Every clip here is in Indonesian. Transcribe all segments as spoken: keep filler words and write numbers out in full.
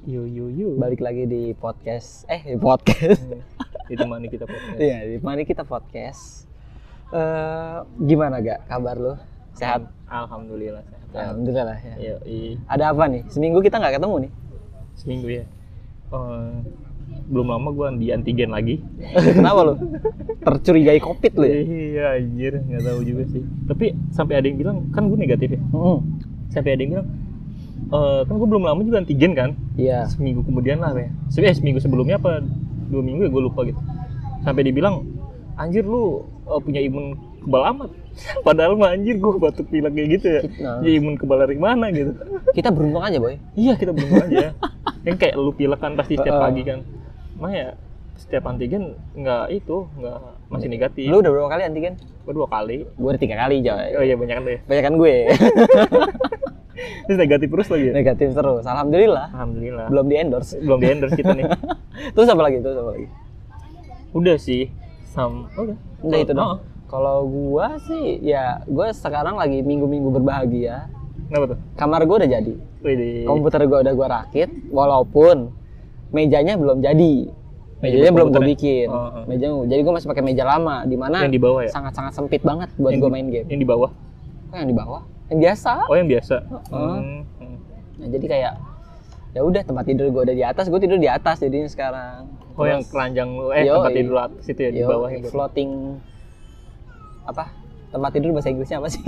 Yo yo yo. Balik lagi di podcast. Eh, di podcast. Ditemani kita podcast. Iya, ditemani kita podcast. Uh, gimana gak kabar lu? Sehat? Alhamdulillah sehat. Alhamdulillah ya. Yo, i. Ada apa nih? Seminggu kita nggak ketemu nih. Seminggu ya. Uh, belum lama gua di antigen lagi. Kenapa lu? Tercurigai COVID lu ya? Iya anjir, nggak tahu juga sih. Tapi sampai ada yang bilang kan gua negatif ya. Mm-hmm. Sampai ada yang bilang Uh, kan gue belum lama juga antigen kan. Iya. Seminggu kemudian lah ya. Eh seminggu sebelumnya apa dua minggu ya gue lupa gitu. Sampai dibilang anjir lu uh, punya imun kebal amat. Padahal mah anjir gue batuk pilek kayak gitu ya. Nah. Ya imun kebal dari mana gitu. Kita beruntung aja boy. Iya kita beruntung aja. Yang kayak lu pilek kan pasti setiap pagi kan. Mah ya setiap antigen nggak itu nggak masih negatif. Lu udah berapa kali antigen? Gue dua kali. Gue udah tiga kali coy. Oh iya banyak kan ya. Banyak kan gue. Terus negatif terus lagi ya? Negatif terus. Alhamdulillah. Alhamdulillah. Belum di endorse. Belum di endorse kita nih. Terus apa lagi? Terus apa lagi? Udah sih. Sam. Oh, udah. Udah itu Oh. dong. Kalau gua sih ya gua sekarang lagi minggu-minggu berbahagia. Kenapa tuh? Kamar gua udah jadi. Widih. Komputer gua udah gua rakit walaupun mejanya belum jadi. Mejanya belum gua bikin. Oh, oh. Meja jadi gua masih pakai meja lama di mana yang di bawah ya? sangat-sangat sempit banget buat yang gua di, main game. Yang di bawah? Kok yang di bawah? Yang biasa. Oh, yang biasa. Uh. Hmm. hmm. Nah, jadi kayak ya udah tempat tidur gua udah di atas, gua tidur di atas jadinya sekarang. Oh, Terus, yang keranjang lu eh yo, tempat iya. tidur atas itu ya di yo, bawah yang floating apa? Tempat tidur bahasa Inggrisnya apa sih?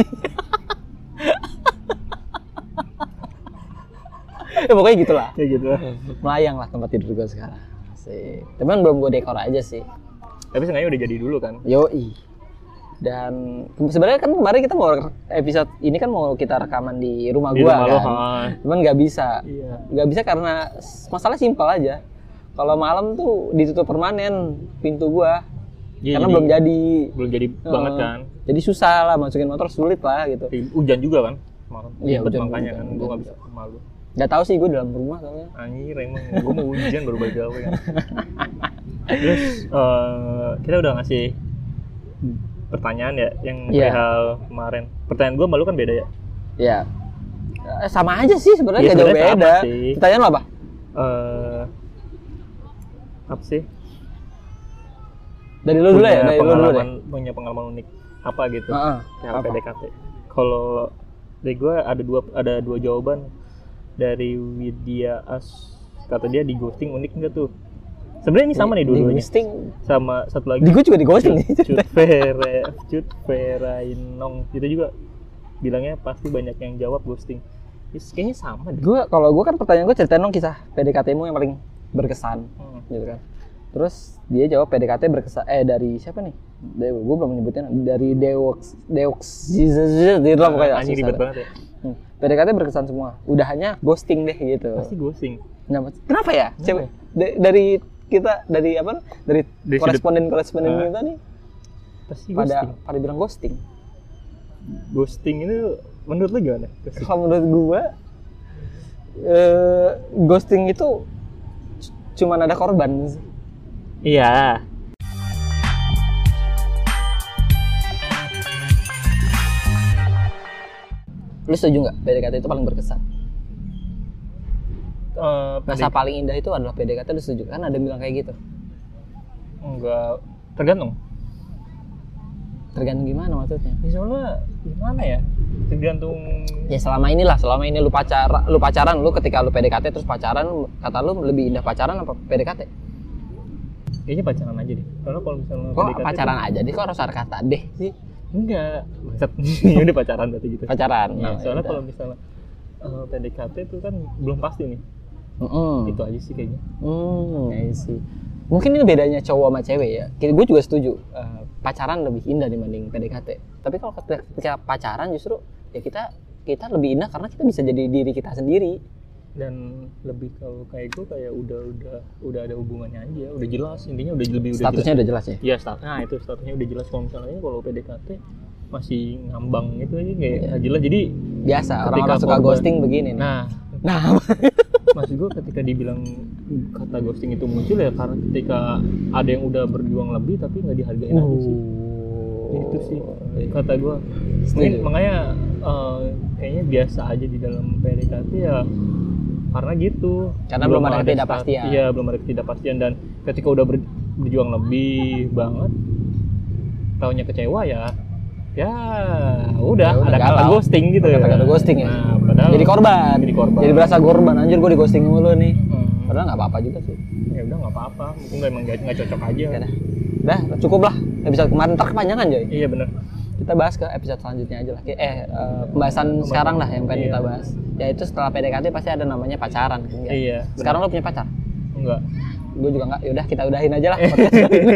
Ya pokoknya gitulah. Ya gitu lah. Melayang lah tempat tidur gua sekarang. Asik. Cuman belum gua dekor aja sih. Tapi sengaja udah jadi dulu kan? Yoi. Dan sebenarnya kan kemarin kita mau episode ini kan mau kita rekaman di rumah Di gua rumah kan. lo, ha. Cuman nggak bisa. Iya. Nggak bisa karena masalah simpel aja. Kalau malam tuh ditutup permanen pintu gua. Ya, karena jadi, belum jadi. Belum jadi Uh, banget kan? Jadi susah lah masukin motor, sulit lah gitu. Hujan juga kan? Malam. Iya, Ribet hujan, makanya hujan, kan hujan. gua enggak bisa malu. Nggak tahu sih gue dalam rumah soalnya. Anjir emang gua mau hujan baru balik gawe kan. Terus uh, kita udah ngasih pertanyaan ya yang Iya. perihal kemarin. Pertanyaan gua malu kan beda ya? Ya. Eh, sama aja sih sebenarnya Iya, nggak jauh sebenarnya sama beda. sih. Pertanyaan lo apa? Eh apa sih? Dari lu dulu ya, Punya dari lu dulu deh. pengalaman punya pengalaman unik apa gitu? Heeh. Cara Apa? P D K T. Kalau dari gue ada dua ada dua jawaban dari Widya As. Kata dia di ghosting unik enggak tuh? Sebenarnya ini sama nih Di dua-duanya. ghosting. Sama satu lagi. Di gue juga di ghosting nih. Cut Vera, Cut Verainong itu juga bilangnya pasti banyak yang jawab ghosting. Yes, kayaknya sama deh. Gue kalau gue kan pertanyaan gue ceritain dong kisah P D K T-mu yang paling berkesan, Hmm. gitu kan. Terus dia jawab P D K T berkesan eh dari siapa nih? Dewa, gue belum menyebutin dari Deox Deox gitu lah pokoknya. Anjing susah ribet dah. banget ya. Hmm. P D K T berkesan semua. Udah hanya ghosting deh gitu. Pasti ghosting. Kenapa? Kenapa ya? Kenapa Coba ya? da- dari kita dari apa? Dari, Dari sudut- koresponden-koresponden Ah. kita nih Pasti pada ghosting. pada bilang ghosting. Ghosting itu menurut lu gimana? Ghosting. Kalau menurut gua eh, ghosting itu c- cuman ada korban sih. Iya. Lu setuju nggak P D K T itu paling berkesan? Eh, Masa paling indah itu adalah P D K T, lu setuju? Kan ada yang bilang kayak gitu. enggak tergantung. Tergantung gimana maksudnya? Ya, soalnya gimana ya? Tergantung. Ya selama inilah, selama ini lu pacaran, lu pacaran, lu ketika lu P D K T terus pacaran, kata lu lebih indah pacaran apa P D K T? Kayaknya pacaran aja deh. Karena kalau misalnya Kok P D K T pacaran tuh- aja deh, kok harus ada kata deh sih? Enggak. Bangsat. Ya udah pacaran berarti gitu. Pacaran. Nah, Nah, soalnya yaudah. kalau misalnya eh, P D K T itu kan belum pasti nih. Mm-mm. Itu aja sih kayaknya. Hmm, I see. Mungkin ini bedanya cowok sama cewek ya. Gue juga setuju. Uh, pacaran lebih indah dibanding P D K T. Tapi kalau ketika ketika pacaran justru ya kita kita lebih indah karena kita bisa jadi diri kita sendiri. Dan lebih kalau kayak gue kayak udah udah udah ada hubungannya aja, udah jelas intinya udah lebih udah Statusnya jelas. udah jelas ya. Iya, stat. Nah, itu statusnya udah jelas. Kalau misalnya kalau P D K T masih ngambang gitu aja kayak nggak jelas. Jadi Biasa ketika orang-orang suka korban- ghosting begini nih. Nah, Nah, maksud gue ketika dibilang kata ghosting itu muncul ya karena ketika ada yang udah berjuang lebih tapi nggak dihargain aja sih. Itu sih kata gue. Mungkin Setuju. makanya eh, kayaknya biasa aja di dalam P D K T ya Karena gitu. Karena belum ada ketidakpastian. Iya, belum ada ketidakpastian dan ketika udah ber, berjuang lebih banget, taunya kecewa ya. Ya, udah, Ya, udah ada kata galau. ghosting gitu Ada ya. kata ghosting ya. Nah, padahal Jadi korban. Jadi korban. Jadi berasa korban, anjir gue di ghosting mulu nih. Hmm. Padahal nggak apa-apa juga sih. Ya udah nggak apa-apa, mungkin emang nggak nggak cocok aja. Oke dah. Udah, cukup lah. Episode kemarin ntar kepanjangan Joy. Iya benar. Kita bahas ke episode selanjutnya aja lah. Eh, eh, pembahasan sekarang lah yang pengen Iya. kita bahas. Yaitu setelah P D K T pasti ada namanya pacaran kan. Nggak? Iya. Sekarang lo punya pacar? Enggak. Gue juga nggak. Yaudah kita udahin aja lah podcast kali ini.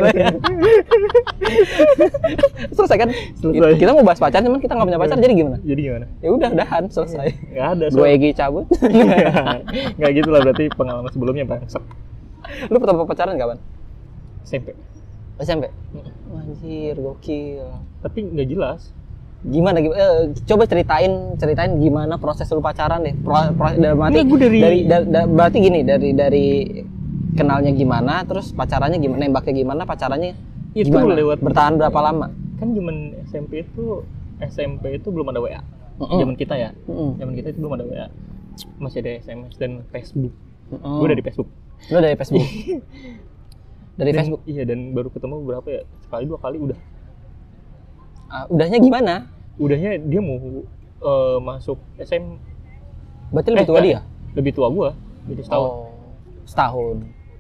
Selesai kan? Selesai. Kita mau bahas pacaran cuman kita nggak punya pacar jadi gimana? Jadi gimana? Ya udah udahan selesai. Nggak ada. Gue Egi cabut. Nggak gitu lah, berarti pengalaman sebelumnya bangsat. Lu pertama pacaran kapan? S M P. S M P? Anjir, gokil. Tapi nggak jelas. Gimana, gimana eh, coba ceritain ceritain gimana proses lu pacaran deh. Pro, pro, dalam arti Nggak, gua dari- dari da- da- berarti gini, dari dari kenalnya gimana, terus pacarannya gimana, nembaknya gimana, pacarannya Itu gimana? lewat- Bertahan berapa lama? Kan zaman S M P itu S M P itu belum ada W A. Mm-mm. Zaman kita ya. Mm-mm. Zaman kita itu belum ada W A. Masih ada S M S dan Facebook. Mm-mm. Gue dari Facebook. Lu dari Facebook. Dari Dan- Facebook. Iya, dan baru ketemu berapa ya? Sekali dua kali udah. Ah, udahnya gimana? Udahnya dia mau eh, masuk S M. Berarti lebih Eh, tua eh, dia? Lebih tua gua. Jadi setahun. Oh, setahun.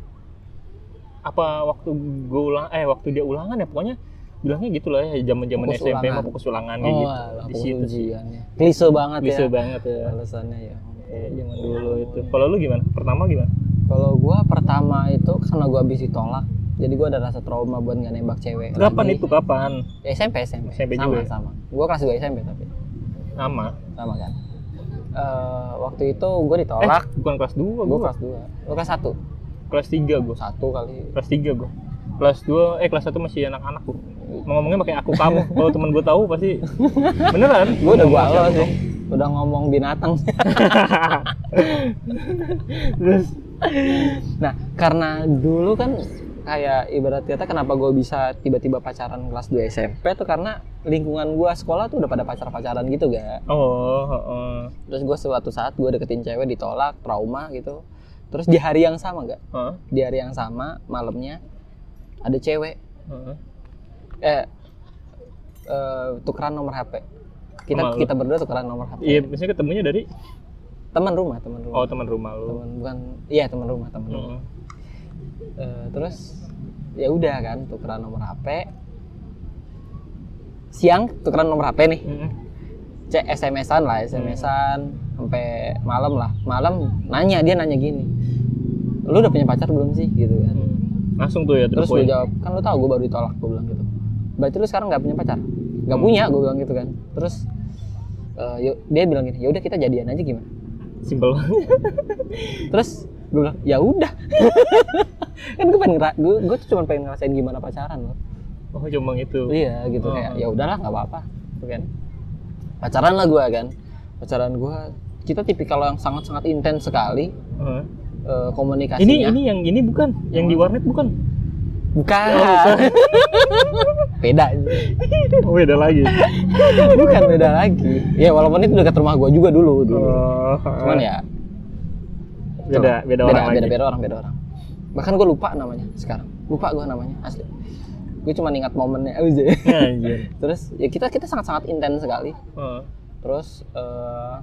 Apa waktu gue ulang eh waktu dia ulangan ya, pokoknya bilangnya gitu lah ya, zaman-zaman Fokus S M P ulangan. mah fokus ulangan kayak gitu. alah, Di fokus situ sih. ujiannya. Klise banget Bisa ya. banget ya. Alasannya ya. Eh, zaman dulu itu. Kalau lu gimana? Pertama gimana? Kalau gua pertama itu karena gua habis ditolak, jadi gua ada rasa trauma buat nggak nembak cewek. Kapan lagi. itu? Kapan? Ya, S M P, S M P. S M P sama, juga ya? sama. Gua kelas dua S M P tapi Nama? sama kan. Eh, waktu itu gua ditolak, Eh, bukan kelas dua gua gua. kelas dua. Gua kelas satu. Kelas tiga gua. Satu kali. Kelas tiga gua. Kelas dua eh kelas satu masih anak-anak gua. Mau ngomongnya pakai aku kamu. Kalau temen gua tahu pasti beneran. Gua udah gua Ngomong halo siapa. sih. Udah ngomong binatang. Terus Nah, karena dulu kan kayak ibarat kata kenapa gue bisa tiba-tiba pacaran kelas dua S M P tuh karena lingkungan gue sekolah tuh udah pada pacar-pacaran gitu gak. oh, heeh. Terus gue suatu saat gue deketin cewek ditolak, trauma gitu. Terus di hari yang sama gak? Heeh. Di hari yang sama malamnya ada cewek Heeh. eh, eh tukeran nomor H P. Kita Sama lu? kita berdua tukeran nomor H P. Iya, biasanya ketemunya dari Teman rumah, teman rumah. oh teman rumah lu. Teman bukan iya teman rumah, teman rumah. Heeh. Eh, terus ya udah kan tukeran nomor H P. Siang tukeran nomor H P nih. Heeh. Cek S M S-an lah, S M S-an sampai malam lah. Malam nanya, dia nanya gini. Lu udah punya pacar belum sih gitu kan. Hmm. Langsung tuh ya Terus terus gue jawab, kan lu tahu gue baru ditolak, gue bilang gitu. Berarti lu sekarang nggak punya pacar? Nggak Hmm. punya, gue bilang gitu kan. Terus eh, yuk, dia bilang gini, ya udah kita jadian aja gimana? simpel. Terus gue bilang ya udah. Kan gue pengen ngera- gue gue tuh cuma pengen ngerasain gimana pacaran loh. Oh, cuma gitu. Iya gitu Oh. kayak ya udahlah nggak apa-apa gitu kan. Pacaran lah gue kan. Pacaran gue kita tipikal yang sangat-sangat intens sekali Heeh. eh, komunikasinya. Ini ini yang ini bukan, yang di warnet bukan. bukan. Oh, Beda. Oh, beda lagi. Bukan beda lagi. Ya walaupun itu dekat rumah gue juga dulu dulu. Oh, Cuman ya beda beda beda orang beda, lagi. beda orang beda orang. Bahkan gue lupa namanya sekarang. Lupa gue namanya asli. Gue cuma ingat momennya aja. Anjir. Terus ya kita kita sangat-sangat intens sekali. Heeh. Terus eh,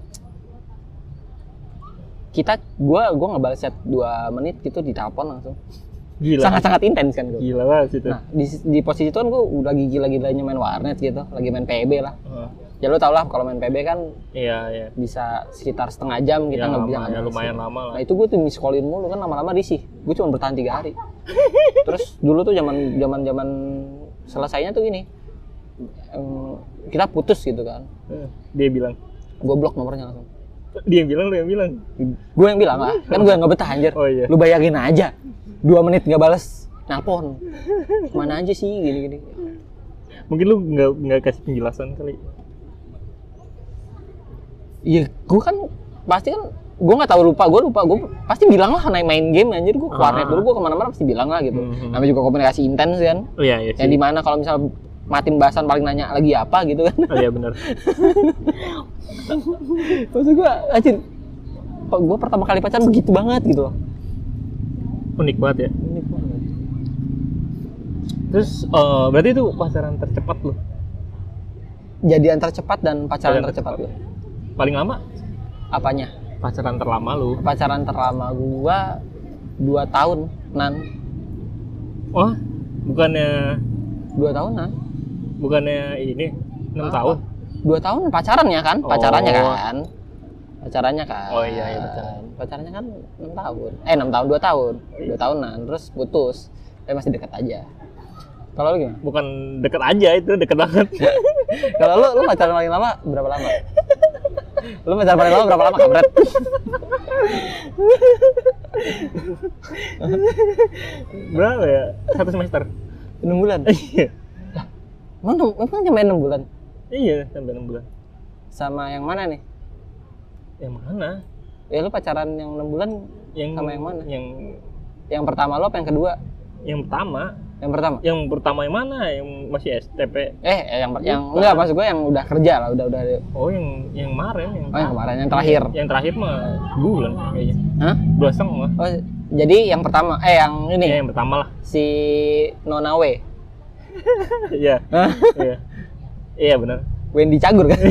kita gua gua ngebalas chat dua menit gitu di telepon langsung. Gila. Sangat-sangat intens kan gua. Gila banget itu. Nah, di, di posisi itu kan gua udah lagi gila-gilanya main warnet gitu, lagi main P B lah. Heeh. Ya lu tau lah kalau main P B kan Iya, iya. bisa sekitar setengah jam kita Ya, nggak lama, bisa ya, ngebales. lumayan lama lah. Nah itu gue tuh miss callin mulu kan lama-lama risih. Gue cuma bertahan tiga hari. Terus dulu tuh zaman zaman zaman selesainya tuh gini, em, kita putus gitu kan. Heeh. Dia bilang. Gue blok nomornya langsung. Dia yang bilang, lu yang bilang. Gue yang bilang lah, kan gue yang nggak betah anjir. Oh, iya. Lu bayangin aja, dua menit nggak bales, nelpon. Mana aja sih gini-gini. Mungkin lu nggak nggak kasih penjelasan kali. Iya, gue kan pasti kan gue nggak tahu lupa, gue lupa, gue pasti bilang lah naik main game anjir, gue ke warnet Ah. dulu, gue kemana-mana pasti bilang lah gitu. Mhm. Namanya juga komunikasi intens kan. Oh iya, iya sih. Yang dimana kalau misal matiin bahasan paling nanya lagi apa gitu kan. Oh iya benar. Maksud gue anjir, gue pertama kali pacaran begitu banget gitu loh. Unik banget ya. Unik banget. Terus eh, berarti itu pacaran tercepat lu? Jadian tercepat dan pacaran Pacaran tercepat tercepat. gue. Paling lama? Apanya? Pacaran terlama lu? Pacaran terlama gue dua tahun, Nan. Wah, bukannya Dua tahunan. bukannya ini enam Apa? tahun? Dua tahun pacarannya kan? Pacarannya Oh. kan? Pacarannya kan? Oh iya, iya, betul. Pacarannya kan enam tahun. Eh enam tahun, dua tahun. Dua tahunan, terus putus. Tapi masih dekat aja. Kalau lu gimana? Bukan deket aja, itu deket banget. Kalau lu, lu pacaran paling lama berapa lama? Lu pacaran paling lama berapa lama, kampret? Berapa ya? Satu semester. enam bulan. Iya. Emang, emang cuma enam bulan? Iya, sampai enam bulan. Sama yang mana nih? Yang mana? Ya lu pacaran yang enam bulan Yang sama yang mana? Yang Yang pertama lu apa yang kedua? yang pertama. Yang pertama? Yang pertama yang mana? Yang masih S T P. Eh, eh, yang yang Lupa. enggak maksud gue yang udah kerja lah, udah udah. Oh, yang yang kemarin yang Oh, yang kemarin yang terakhir. Yang terakhir mah bulan kayaknya. Hah? Bulan setengah. Oh, jadi yang pertama eh yang ini Ya, yang pertama lah. si Nonawe. Iya. Hah? Iya. Iya benar. Wendy Cagur kan?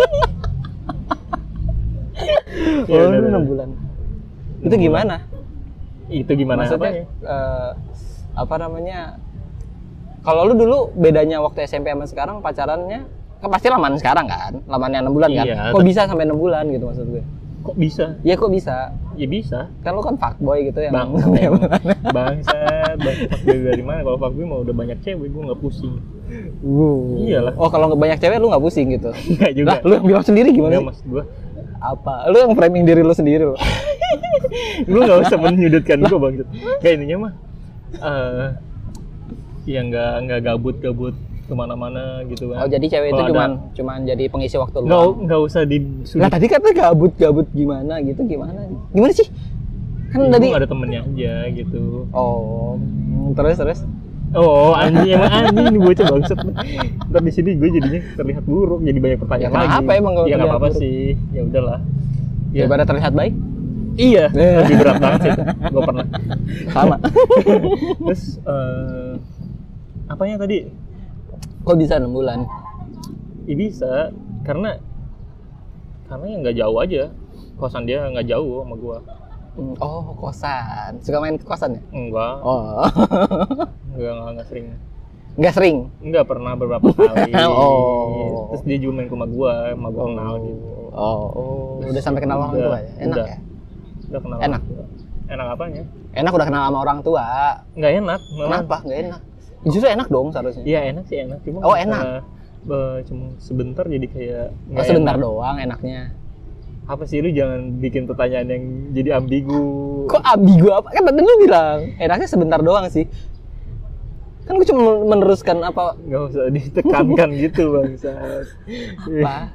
Iya, Oh, benar, lu enam benar. bulan. Itu gimana? Itu gimana Maksudnya apanya? eh, apa namanya? Kalau lu dulu bedanya waktu S M P sama sekarang pacarannya kan pasti lamaan sekarang kan? Lamaannya enam bulan kan? Iya, Kok tapi- bisa sampai enam bulan gitu maksud gue? Kok bisa? Ya kok bisa? Ya bisa. Kan lu kan fuckboy gitu yang Bang, sampai bulan. bangsat, bangsat dari mana? Kalau fuckboy mah udah banyak cewek, gue nggak pusing. Wuh. Iyalah. Oh, kalau nggak banyak cewek lu nggak pusing gitu. Enggak juga. Lah, lu yang bilang sendiri gimana Enggak sih? mas gue. Apa? Lu yang framing diri lu sendiri lu. Gue nggak usah menyudutkan gue bangsat. Kayak ininya mah. Eh, ya nggak nggak gabut-gabut kemana-mana gitu kan. Oh, jadi cewek itu Kalau ada- cuman cuman jadi pengisi waktu lu. Nggak nggak usah Lah disudut. tadi katanya gabut-gabut gimana gitu gimana? Gimana sih? Kan Ya, tadi gue nggak ada temennya aja gitu. Oh, hmm, terus terus. Oh, anjing emang anjing ini bocah bangsat. Ntar di sini gue jadinya terlihat buruk, jadi banyak pertanyaan Ya, kenapa lagi. emang kalau Ya nggak terlihat apa-apa buruk? sih. Ya udahlah. Ya. Daripada terlihat baik. Iya, lebih berat banget sih itu. Gue pernah. Sama. Terus eh apanya tadi? Kok bisa enam bulan? Ya bisa, karena karena yang nggak jauh aja. Kosan dia nggak jauh sama gua. Hmm, Oh, kosan. Suka main ke kosan ya? Enggak, Oh. enggak, enggak, enggak sering. Enggak sering. Enggak pernah beberapa kali. Oh. Terus dia juga main ke rumah gua, sama gua kenal gitu. Oh, oh. Udah sampai kenal orang Udah, tua ya? Enak udah. ya? Udah kenal. Enak? orang tua. Enak apanya? Enak udah kenal sama orang tua. Enggak enak. malah. Kenapa? Enggak enak. Justru enak dong seharusnya. Iya enak sih enak. Cuma Oh, karena, enak. eh, cuma sebentar jadi kayak Oh, nggak sebentar enak. doang enaknya. Apa sih lu jangan bikin pertanyaan yang jadi ambigu. Kok ambigu apa? Kan tadi lu bilang enaknya sebentar doang sih. Kan gue cuma meneruskan apa Nggak usah ditekankan gitu bangsat. apa.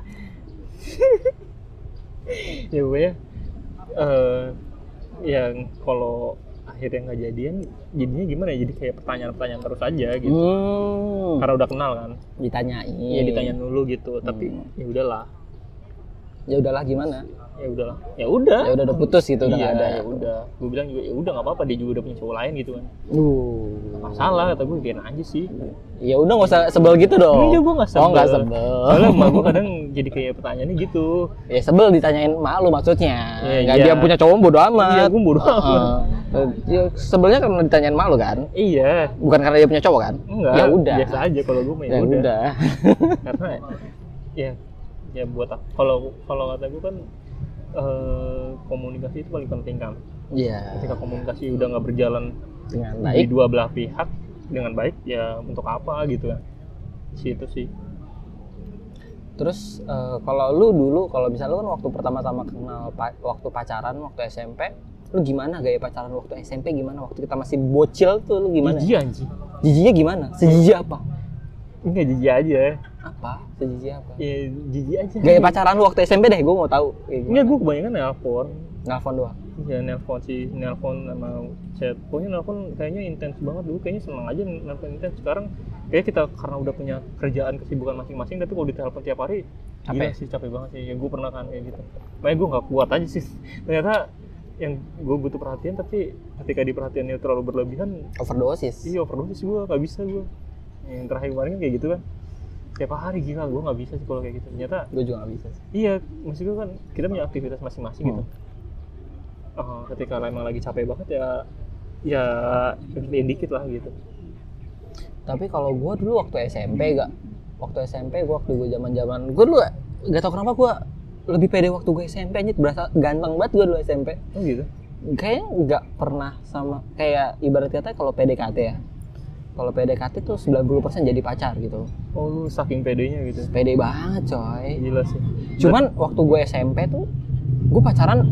Ya pokoknya eh yang kalau akhirnya nggak jadian jadinya gimana ya, jadi kayak pertanyaan-pertanyaan terus aja gitu. Hmm, Karena udah kenal kan, ditanyain. ya ditanya dulu gitu, tapi Hmm. ya udahlah, Ya udahlah gimana? ya udahlah, ya udah, Ya udah udah putus gitu udah iya, nggak ada. ya udah, gue bilang juga ya udah nggak apa-apa, dia juga udah punya cowok lain gitu kan, Uh. masalah kata gue biarin aja sih. Ya udah nggak usah sebel gitu dong. Enggak, gue nggak sebel. Oh nggak sebel. Soalnya emak gue kadang jadi kayak pertanyaannya gitu. Ya sebel ditanyain malu maksudnya. Ya, Nggak iya. dia punya cowok bodo amat. Iya, gue bodo amat. Heeh. Ya, sebelnya karena ditanyain malu kan? Iya, Bukan karena dia punya cowok kan? enggak. Ya udah. Biasa aja kalau gue mah Ya ya udah. udah. Karena ya ya buat apa? Kalau kalau kata gue kan eh, komunikasi itu paling penting kan. Iya. Ketika komunikasi udah nggak berjalan Dengan di baik. dua belah pihak dengan baik, ya untuk apa gitu kan? Di situ sih. Terus eh, kalau lu dulu kalau misalnya lu kan waktu pertama-tama kenal pa- waktu pacaran waktu S M P, lu gimana gaya pacaran waktu S M P gimana? Waktu kita masih bocil tuh lu gimana? Jijik anjing. Jijinya gimana? Sejijik apa? Enggak jijik aja. Apa? Sejijik apa? Ya jijik aja. Gaya pacaran lu waktu S M P deh, gue mau tahu. Kayak gimana. Enggak, gue kebanyakan nelpon. Nelfon doang. Ya nelpon sih, nelpon sama chat. Pokoknya nelpon kayaknya intens banget dulu. Kayaknya seneng aja nelpon intens. Sekarang kayak kita karena udah punya kerjaan kesibukan masing-masing, tapi kalau ditelepon tiap hari Capek. gila sih, capek banget sih. Ya gue pernah kan kayak gitu, makanya gue nggak kuat aja sih ternyata. Yang gue butuh perhatian, tapi ketika diperhatiannya terlalu berlebihan, Overdosis. iya overdosis, gue nggak bisa. Gue yang terakhir kemarin kan kayak gitu kan, tiap hari gila, gue nggak bisa sih kalau kayak gitu ternyata. Gue juga nggak bisa sih. Iya, maksud gue kan kita punya aktivitas masing-masing gitu. Hmm. Uh, ketika emang lagi capek banget ya, ya berhenti dikit lah gitu. Tapi kalau gue dulu waktu S M P gak, waktu S M P gue waktu gue zaman zaman gue dulu gak tau kenapa gue lebih pede waktu gue S M P aja, berasa ganteng banget gue dulu S M P. Oh gitu? Kayaknya nggak pernah sama, kayak ibarat kata kalau P D K T ya, kalau P D K T tuh sembilan puluh persen jadi pacar gitu. Oh lu saking pedenya gitu? Pede banget coy. Gila sih. Cuman waktu gue S M P tuh gue pacaran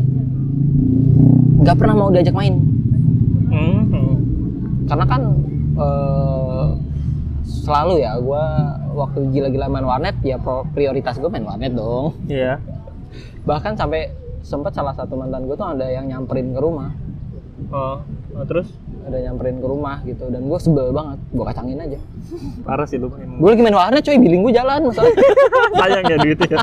nggak pernah mau diajak main. Hmm. Karena kan eh, selalu ya gue waktu gila-gila main warnet ya, prioritas gue main warnet dong. Iya. Bahkan sampai sempat salah satu mantan gue tuh ada yang nyamperin ke rumah. Oh, oh, terus? Ada nyamperin ke rumah gitu, dan gue sebel banget, gue kacangin aja. Parah sih lu main. Gue lagi main warnet coy, billing gue jalan masalahnya. Sayang ya duitnya.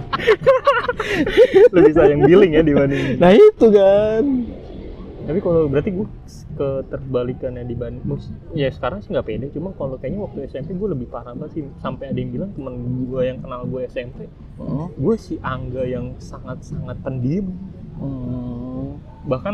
Lebih sayang billing ya dibanding. Nah itu kan. Tapi kalau berarti gue keterbalikannya dibanding, ya sekarang sih nggak pede, cuma kalau kayaknya waktu S M P gue lebih parah banget sih. Sampai ada yang bilang temen gue yang kenal gue S M P, Hmm. gue si Angga yang sangat-sangat pendiam. Hmm. Bahkan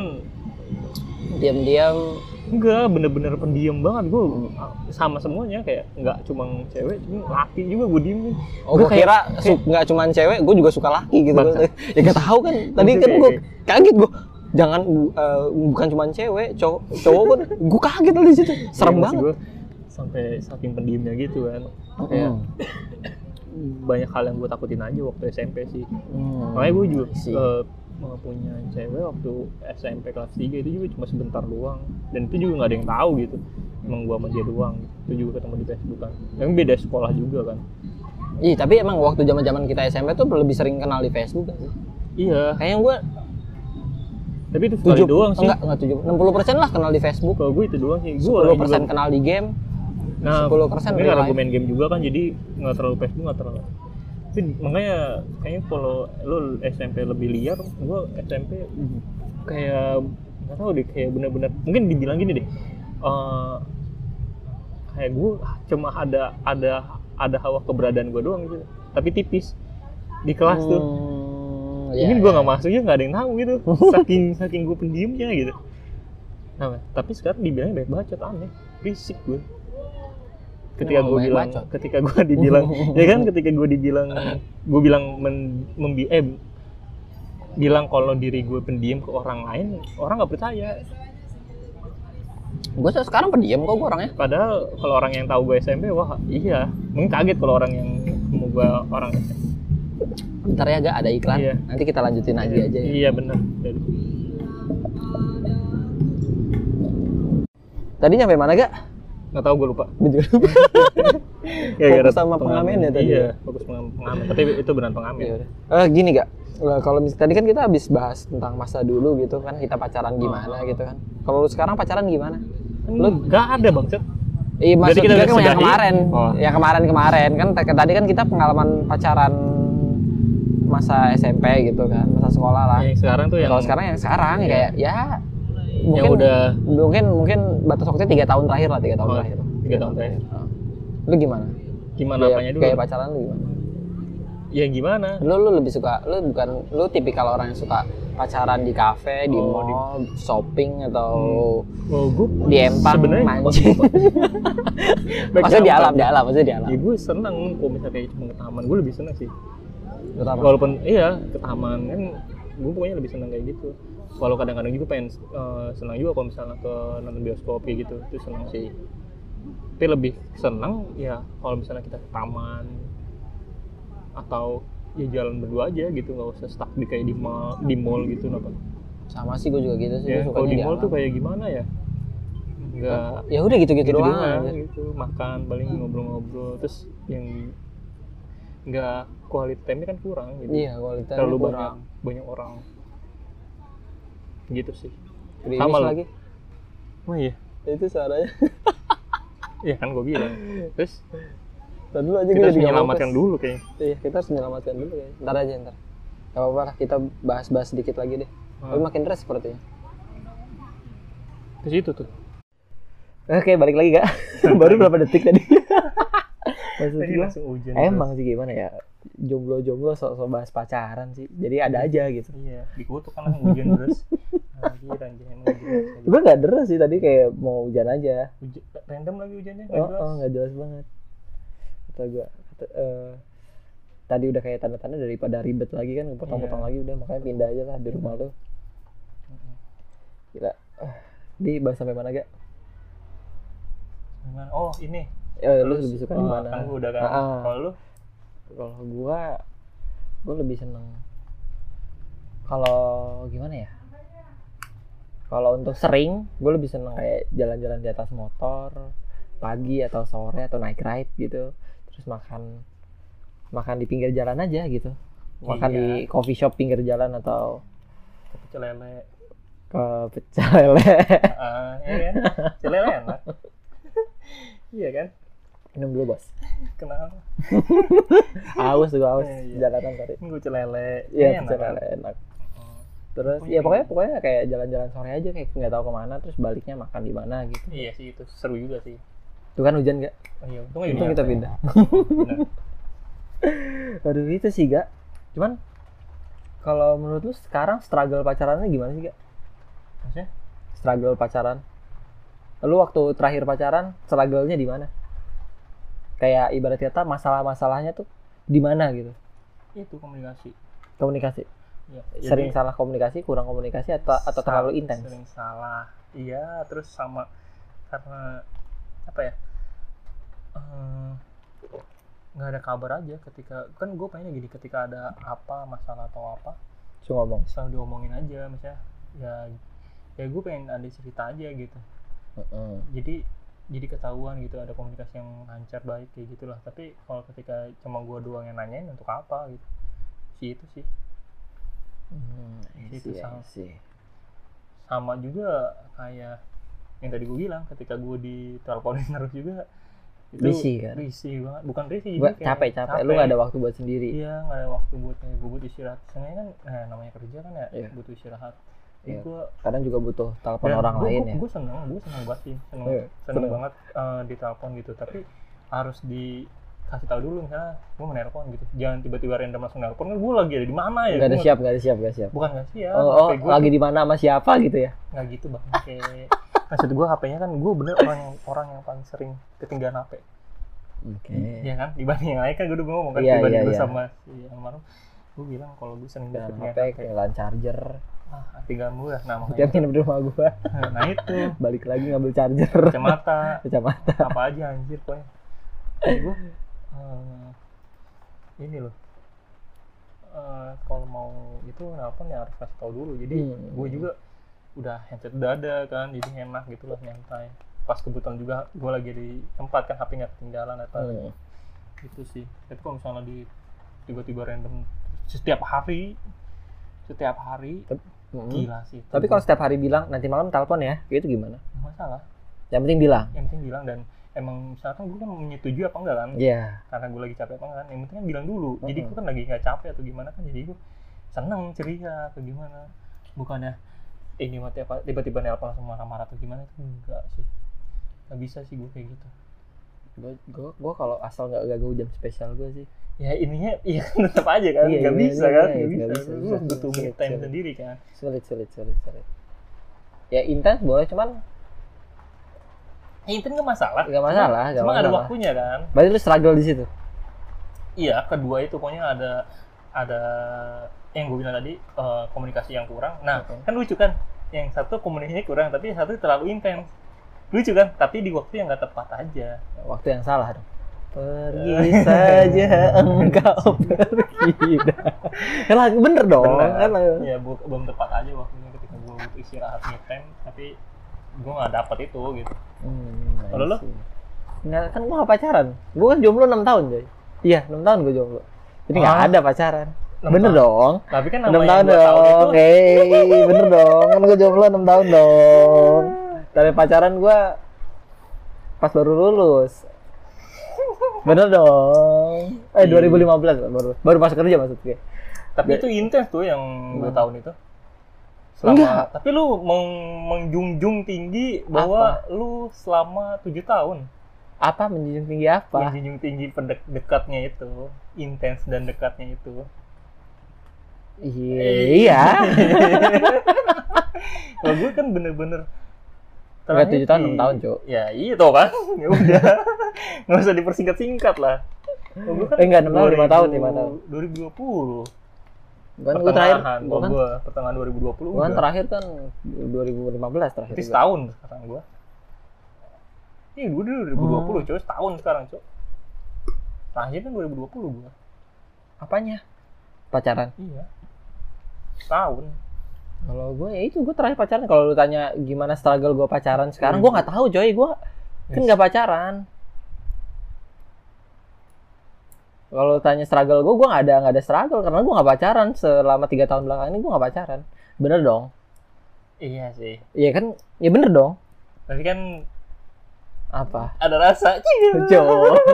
Diam-diam. enggak, bener-bener pendiam banget gue sama semuanya, kayak nggak cuma cewek, cuma laki juga gue diemin. Oh, gue kira su- nggak cuman cewek, gue juga suka laki gitu. Bangsa. Ya gak tahu kan. Tadi Maksudnya kan gue kayak- kaget gue. Jangan uh, bukan cuman cewek, cowok cowok pun gue kaget loh di situ. Serem Iya, maksud banget. gue sampai saking pendiamnya gitu kan. Kayak Hmm. banyak hal yang gue takutin aja waktu S M P sih. Hmm. Makanya gue juga Sih. uh, mau punya cewek waktu S M P kelas tiga itu juga cuma sebentar doang, dan itu juga nggak ada yang tahu gitu, emang gue sama dia doang. Itu juga ketemu di Facebook kan, yang beda sekolah juga kan. Iya, tapi emang waktu zaman-zaman kita S M P tuh lebih sering kenal di Facebook kan sih. Iya, Kayaknya gue tapi itu sekali doang sih. Enggak, enggak tujuh, enam puluh persen lah kenal di Facebook. Kalau gue itu doang sih. Gue sepuluh persen kenal di game. nah, sepuluh persen mungkin real karena life. gue main game juga kan, jadi nggak terlalu Facebook, nggak terlalu. Tapi makanya kayaknya kalau lo S M P lebih liar, gue S M P kayak nggak tahu deh, kayak bener-bener mungkin dibilang gini deh, uh, kayak gue cuma ada ada ada hawa keberadaan gue doang gitu, tapi tipis di kelas tuh. Hmm, Mungkin ya, gue ya. nggak masuk ya, nggak ada yang tahu gitu, saking saking gue pendiamnya gitu. Nah, tapi sekarang dibilangnya banyak bacot, aneh, berisik gue. Ketika Emang gue banyak bilang, bacot. ketika gue dibilang, ya kan, ketika gue dibilang, gue bilang men, membi, eh, bilang kalau diri gue pendiam ke orang lain, orang nggak percaya. Gue sekarang pendiam kok gue orangnya. Padahal kalau orang yang tahu gue S M P, wah iya, mungkin kaget kalau orang yang ketemu gue orang S M P. Bentar ya, gak ada iklan. Iya. Nanti kita lanjutin lagi aja ya. Iya benar. Tadi nyampe mana gak? Nggak tahu, gue lupa. Gue juga lupa. Gara-gara Fokus sama pengamen ya tadi? Iya, fokus pengamen. pengamen. Tapi itu beneran pengamen. Ya udah. Eh gini gak? Eh, kalau mis- tadi kan kita habis bahas tentang masa dulu gitu kan, kita pacaran gimana gitu kan. Kalau lu sekarang pacaran gimana? Lu nggak ada bangsat. Iya, maksud Berarti kita kita udah kan yang sudahi? kemarin. Oh. Yang kemarin-kemarin kan t- tadi kan kita pengalaman pacaran masa S M P gitu kan, masa sekolah lah. Yang sekarang tuh yang Kalau sekarang yang sekarang Iya. kayak ya yang mungkin udah mungkin mungkin batas waktunya tiga tahun terakhir lah, tiga tahun Oh, terakhir. tiga tahun terakhir. Nah. Lu gimana? gimana Gaya- apanya dulu? Gaya pacaran lu gimana? Ya gimana? Lu lu lebih suka, lu bukan lu tipikal orang yang suka pacaran di kafe, di Oh, mall, shopping atau Oh, gue di empang sebenarnya mancing. Maksudnya di alam, di alam, maksudnya di alam. Ya gue seneng kalau misalnya kayak cuma ke taman, gue lebih seneng sih. Terutama. Walaupun iya ke taman kan, gue pokoknya lebih seneng kayak gitu. Walau kadang-kadang juga pengen eh, senang juga kalau misalnya ke nonton bioskop kayak gitu, itu seneng sih. Tapi lebih seneng ya kalau misalnya kita ke taman atau ya jalan berdua aja gitu, nggak usah stuck di kayak di mall, di mall gitu, apa? Sama sih gue juga gitu sih, Ya, gue kalau sukanya di di mall alam. tuh kayak gimana ya? Nggak Ya udah gitu-gitu gitu doang. doang aja. gitu, makan paling ngobrol-ngobrol, terus yang nggak quality time-nya kan kurang gitu. Iya, kualitasnya Terlalu kurang. banyak banyak orang gitu sih. Gerimis Sama lu. lagi. Oh iya, Itu suaranya. ya kan gue bilang. Terus Ntar dulu aja Kita gue harus jadi nggak menyelamatkan fokus. dulu kayaknya. Iya, kita harus menyelamatkan dulu ya. Ntar aja ntar. Gak apa-apa lah, kita bahas-bahas sedikit lagi deh. Hmm. Tapi makin deras sepertinya. Ke situ tuh. Oke, balik lagi gak? Baru berapa detik tadi? Maksud Tadi gua, langsung hujan. emang sih gimana ya? Jomblo-jomblo sok-sok bahas pacaran sih. Jadi ada aja gitu. Iya, dikutuk kan langsung hujan terus. Anjir, anjir emang hujan. Gue gak deras sih tadi, kayak mau hujan aja. Hujan random lagi hujannya, Oh, oh gak jelas banget. Kata gue, kata, eh, tadi udah kayak tanda-tanda daripada ribet lagi kan, potong-potong Iya. lagi udah, makanya pindah aja lah di rumah lu. Gila. Eh, Di bahas sampai mana gak? Gimana? Oh, ini. Eh, lu Terus, lebih suka oh, di mana? Kan gua udah kan. Ah, ah. Kalau lu? Kalau gua, gua lebih seneng. Kalau gimana ya? Kalau untuk sering, gue lebih seneng kayak jalan-jalan di atas motor pagi atau sore atau naik ride gitu. Terus makan makan di pinggir jalan aja gitu. Makan Iya. di coffee shop pinggir jalan atau Ke pecel lele. ke pecel lele. Ah, iya kan? Pecel lele enak. Iya kan? Minum dulu bos. Kenapa? Aus juga aus. Iya. Jalanan tadi. Ini gue pecel lele. Iya Enak pecel kan? lele enak. Oh. Terus Pokoknya ya pokoknya gitu. pokoknya kayak jalan-jalan sore aja kayak nggak tahu kemana terus baliknya makan di mana gitu. Iya sih, itu seru juga sih. Tuh kan hujan gak? Oh iya, untung aja Untung kita pindah. Bener. Aduh itu sih gak. Cuman kalau menurut lu sekarang struggle pacarannya gimana sih gak? Maksudnya? Struggle pacaran. Lu waktu terakhir pacaran struggle-nya di mana? Kayak ibarat kata masalah-masalahnya tuh di mana gitu? Itu komunikasi. Komunikasi. Iya. Sering salah komunikasi, kurang komunikasi atau atau sa- terlalu intens? Sering salah. Iya, terus sama karena apa ya? eh, nggak ada kabar aja ketika kan gue pengennya gini, ketika ada apa masalah atau apa Cuma ngomong. selalu diomongin aja, misalnya ya ya gue pengen ada cerita aja gitu. Heeh. Jadi jadi ketahuan gitu, ada komunikasi yang lancar baik kayak gitulah. Tapi kalau ketika cuma gue doang yang nanyain untuk apa gitu, sih itu sih. Hmm, I Itu see, I sama. see. Sama juga kayak yang tadi gue bilang, ketika gue diteleponin terus juga itu Risih kan? risih banget, bukan risih, Gua jadi kayak capek-capek, lu gak ada waktu buat sendiri. iya, nggak ada waktu buat kayak gue butuh istirahat. Sebenarnya kan nah, namanya kerja kan ya, Iya. butuh istirahat. Iya. Jadi gue Kadang juga butuh telepon orang lain ya. gue seneng, gue seneng banget sih, seneng, Iya, seneng seneng. banget eh, ditelepon gitu. Tapi harus dikasih tahu dulu, misalnya gue mau nelpon gitu, jangan tiba-tiba random langsung nelpon. Kan gue lagi ada di mana ya? Gak ada Gua siap, gak ada siap, gak siap. bukan nggak siap, Oh, oh H P gua lagi tuh di mana sama siapa gitu ya? nggak gitu bang. Kayak maksud gue H P-nya kan, gue bener orang yang orang yang paling sering ketinggalan H P. Oke. Iya kan, dibanding yang lain kan gue udah ngomong kan, Iya, dibanding iya, gue iya. sama si almarhum, gue bilang kalau gue sering Dan banget H P ketinggalan H P. ketinggalan charger. Ah, tinggal gue, nah Tiap makanya nginep di rumah gua, nah itu balik lagi ngambil charger. kacamata Kacamata. apa aja anjir pokoknya. Jadi gue eh, ini loh, eh, kalau mau itu nelpon ya harus kasih tahu dulu. Jadi Hmm. gue juga udah handset udah ada kan, jadi enak gitu lah, nyantai. Pas kebetulan juga gue lagi di tempat kan, H P nggak ketinggalan atau Hmm. itu sih. Tapi kalau misalnya di tiba-tiba random setiap hari setiap hari Hmm. gila sih. Tapi kalau setiap hari bilang nanti malam telepon ya, itu gimana? nggak masalah, Yang penting bilang. yang penting bilang. Dan emang misalkan gue kan menyetujui apa enggak kan, Iya. karena gue lagi capek apa enggak kan, yang penting kan bilang dulu. Jadi Mm-mm. gue kan lagi nggak capek atau gimana kan, jadi gue seneng ceria atau gimana, bukannya ini mah tiap- tiba-tiba nelpon langsung marah-marah atau gimana, itu enggak sih, nggak bisa sih gue kayak gitu. Gue gue gue kalau asal nggak ganggu jam spesial gue sih. Ya ininya iya tetap aja kan, Iya, nggak iya, bisa iya, kan, iya, nggak nggak bisa, bisa, lu bisa. butuh me Sulit, time sulit. sendiri kan. Sulit sulit sulit sulit. Ya intens boleh, cuman Ya itu nggak masalah, Nggak masalah, cuma, nggak cuma ada masalah. waktunya kan. berarti lu struggle di situ. Iya, kedua itu pokoknya ada ada yang gue bilang tadi, eh, komunikasi yang kurang. Nah, Oke. kan lucu kan, yang satu komunikasinya kurang tapi yang satu terlalu intens. Lucu kan, tapi di waktu yang nggak tepat aja. Waktu yang salah dong. Pergi saja engkau pergi. Kan lagu bener dong. Bener. Kan lagu. Ya bu- belum tepat aja waktunya ketika gue butuh istirahat me time, tapi gue nggak dapet itu gitu. Hmm, Kalau lu? Nggak, kan gua nggak pacaran. Gua kan jomblo enam tahun, Joy. Iya, enam tahun gua jomblo. Jadi nggak Ah. ada pacaran. enam Bener tahun. dong. Tapi kan enam nama tahun yang dua tahun dong. itu Hei, bener dong. Kan gua jomblo enam tahun dong. Dari pacaran gua pas baru lulus. Bener dong. Eh Iya. dua ribu lima belas baru baru masuk kerja maksudnya. Tapi itu intens tuh yang dua Hmm. tahun itu. Selama, Enggak. tapi lu meng- menjunjung tinggi bahwa lu selama tujuh tahun Apa menjunjung tinggi apa? menjunjung tinggi pendek dekatnya itu, intens dan dekatnya itu. Iya. Kalau gue kan bener-bener Enggak tujuh tahun, di- enam tahun, Cuk. Ya iya tuh kan. Ya udah. Nggak usah dipersingkat-singkat lah. Kalau gue kan Eh, enggak, enam tahun, lima tahun, lima tahun. dua ribu dua puluh. Kan gue terakhir, Pertengahan, gue gua kan, gua pertengahan dua ribu dua puluh gua kan udah. terakhir kan dua ribu lima belas terakhir. Berarti juga. setahun sekarang gua. Iya, gua dua ribu dua puluh, Hmm. coy, setahun sekarang, coy. Terakhir kan dua ribu dua puluh gua. Apanya? Pacaran. Iya. Setahun. Kalau gue ya itu gue terakhir pacaran. Kalau lu tanya gimana struggle gue pacaran sekarang, gue nggak tahu coy. Gue kan Yes. nggak pacaran. Kalau lu tanya struggle gue, gue nggak ada nggak ada struggle karena gue nggak pacaran selama tiga tahun belakang ini gue nggak pacaran. Bener dong? Iya sih. Iya kan? Ya bener dong. Tapi kan Apa? ada rasa. Jo.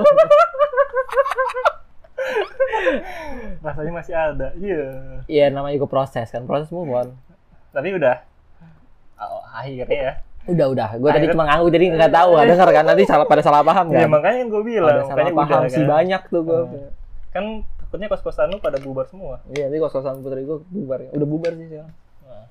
Rasanya masih ada. Iya. Iya namanya juga proses kan, proses move on. Tapi udah. Oh, akhirnya ya. Udah udah. Gue tadi Akhirnya- cuma nganggu jadi nggak tahu. Dengar kan nanti salah pada salah paham Ya kan? makanya gue bilang, Ada salah makanya paham udah sih kan. banyak tuh gue. Hmm. Kan takutnya kos-kosan lu pada bubar semua. Iya, nanti kos-kosan putri gue bubar. Udah bubar sih sekarang. Nah.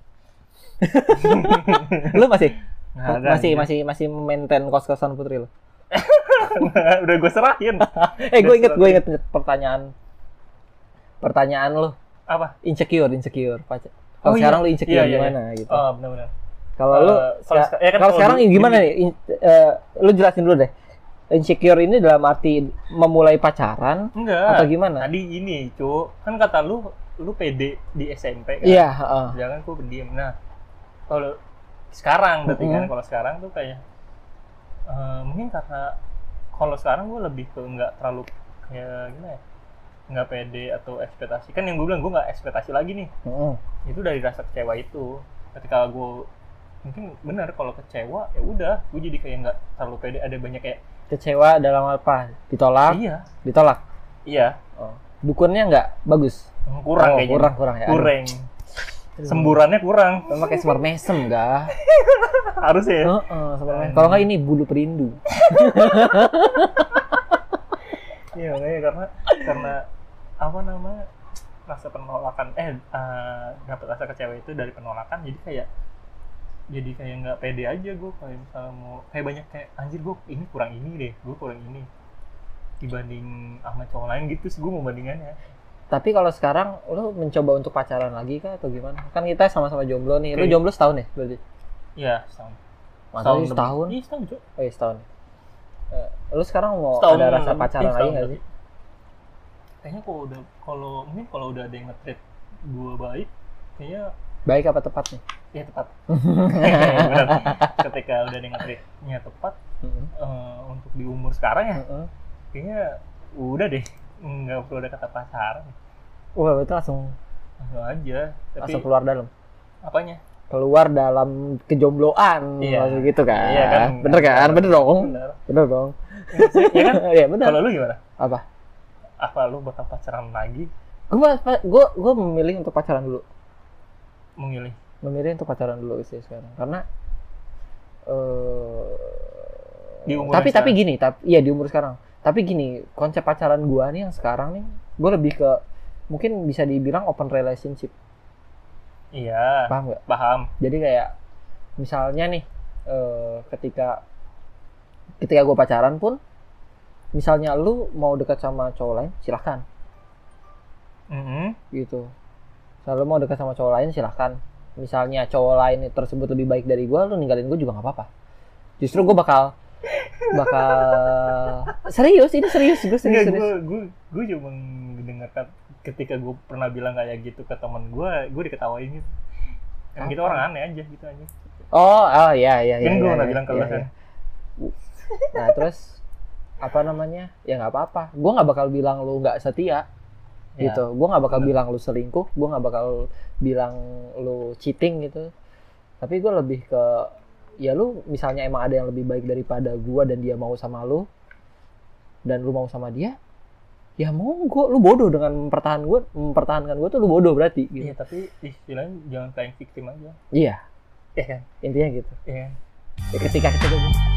Lu masih? Nggak ada, masih anjir. masih masih maintain kos-kosan putri lo. Udah gue serahin. Eh, gue Udah inget gue serahin. inget pertanyaan pertanyaan lo Apa? insecure insecure pacar. Kalau Oh, iya. sekarang lu insecure Iya, iya, gimana gitu. Oh, benar-benar. Kalau Eh, lu kalau ska- seka- ya kan kalau kalau sekarang dulu- gimana dulu- nih? In- eh, lu jelasin dulu deh. Insecure ini dalam arti memulai pacaran Enggak. atau gimana? Tadi ini, Cuk. Kan kata lu lu pede di S M P kan. Iya, heeh. Jangan gue berdiam. Nah, kalau sekarang berarti kan Mm-mm. kalau sekarang tuh kayak eh, mungkin karena kalau sekarang gue lebih ke nggak terlalu kayak gimana ya? Nggak pede atau ekspektasi. Kan yang gue bilang gue nggak ekspektasi lagi nih. Heeh. Itu dari rasa kecewa itu. Ketika gue mungkin benar kalau kecewa ya udah gue jadi kayak nggak terlalu pede, ada banyak kayak Kecewa dalam apa? Ditolak? iya Ditolak. iya Oh. Dukunnya nggak bagus. kurang Oh, kayaknya kurang kurang ya. kurang semburannya kurang Aduh. Pakai semar mesem enggak? harus ya. Heeh, semar mesem. Kalau nggak ini bulu perindu. Iya makanya karena karena apa namanya rasa penolakan eh eh, dapat rasa kecewa itu dari penolakan, jadi kayak jadi kayak nggak pede aja gue kayak misalnya mau kayak banyak kayak anjir gue ini kurang ini deh, gue kurang ini dibanding sama cowok lain gitu sih gue mau bandingannya. Tapi kalau sekarang lu mencoba untuk pacaran lagi kah atau gimana? Kan kita sama-sama jomblo nih. Lu Oke. jomblo setahun ya berarti? Iya setahun. Masa sih lebih. setahun? Iya setahun Cok. Oh, iya, setahun. Eh, lu sekarang mau Setahun ada rasa lebih, pacaran lagi setahun nggak lebih. sih? Kayaknya kalau udah kalau mungkin kalau udah ada yang nge-treat gue baik, kayaknya Baik apa tepat nih? ya tepat. Benar. Ketika udah ada yang nge-treatnya tepat Heeh. eh, untuk di umur sekarang ya, Heeh. kayaknya udah deh nggak perlu ada kata pacaran, Wah, itu langsung langsung aja. Tapi langsung keluar dalam. apanya? Keluar dalam kejombloan Iya. maksud gitu kan. Iya kan? Bener kan? Bener dong. Bener. Bener dong. Iya kan? Iya, bener. Kalau lu gimana? Apa? Apa lu bakal pacaran lagi? Gua gua gua memilih untuk pacaran dulu. Memilih? Memilih untuk pacaran dulu sih sekarang. Karena eh Di umur tapi yang tapi sekarang. gini, tapi iya di umur sekarang. Tapi gini, konsep pacaran gua nih yang sekarang nih, gua lebih ke mungkin bisa dibilang open relationship. Iya. Paham nggak? Paham. Jadi kayak misalnya nih eh, ketika ketika gue pacaran pun misalnya lu mau dekat sama cowok lain silahkan Mhm. gitu. Kalau lu mau dekat sama cowok lain silahkan. Misalnya cowok lain tersebut lebih baik dari gue, lu ninggalin gue juga nggak apa-apa. Justru gue bakal bakal serius, ini serius gue serius, Enggak, serius. gue gue gue cuma mendengarkan ketika gue pernah bilang kayak gitu ke teman gue, gue diketawain gitu. Kan kita Apa? orang aneh aja gitu aja. Oh, oh ya ya ya. Kan gue ya, pernah ya, bilang ke ya, lu ya. kan. Nah terus apa namanya? Ya nggak apa-apa. Gue nggak bakal bilang lu nggak setia. Ya, Gitu. Gue nggak bakal bener. bilang lu selingkuh. Gue nggak bakal bilang lu cheating gitu. Tapi gue lebih ke ya lu misalnya emang ada yang lebih baik daripada gue dan dia mau sama lu, dan lu mau sama dia, ya monggo. Lu bodoh dengan mempertahankan gue, mempertahankan gue tuh lu bodoh berarti. Gitu. Iya, tapi istilahnya jangan kayak victim aja. Iya. Iya kan? Intinya gitu. Iya. Ya, ketika kita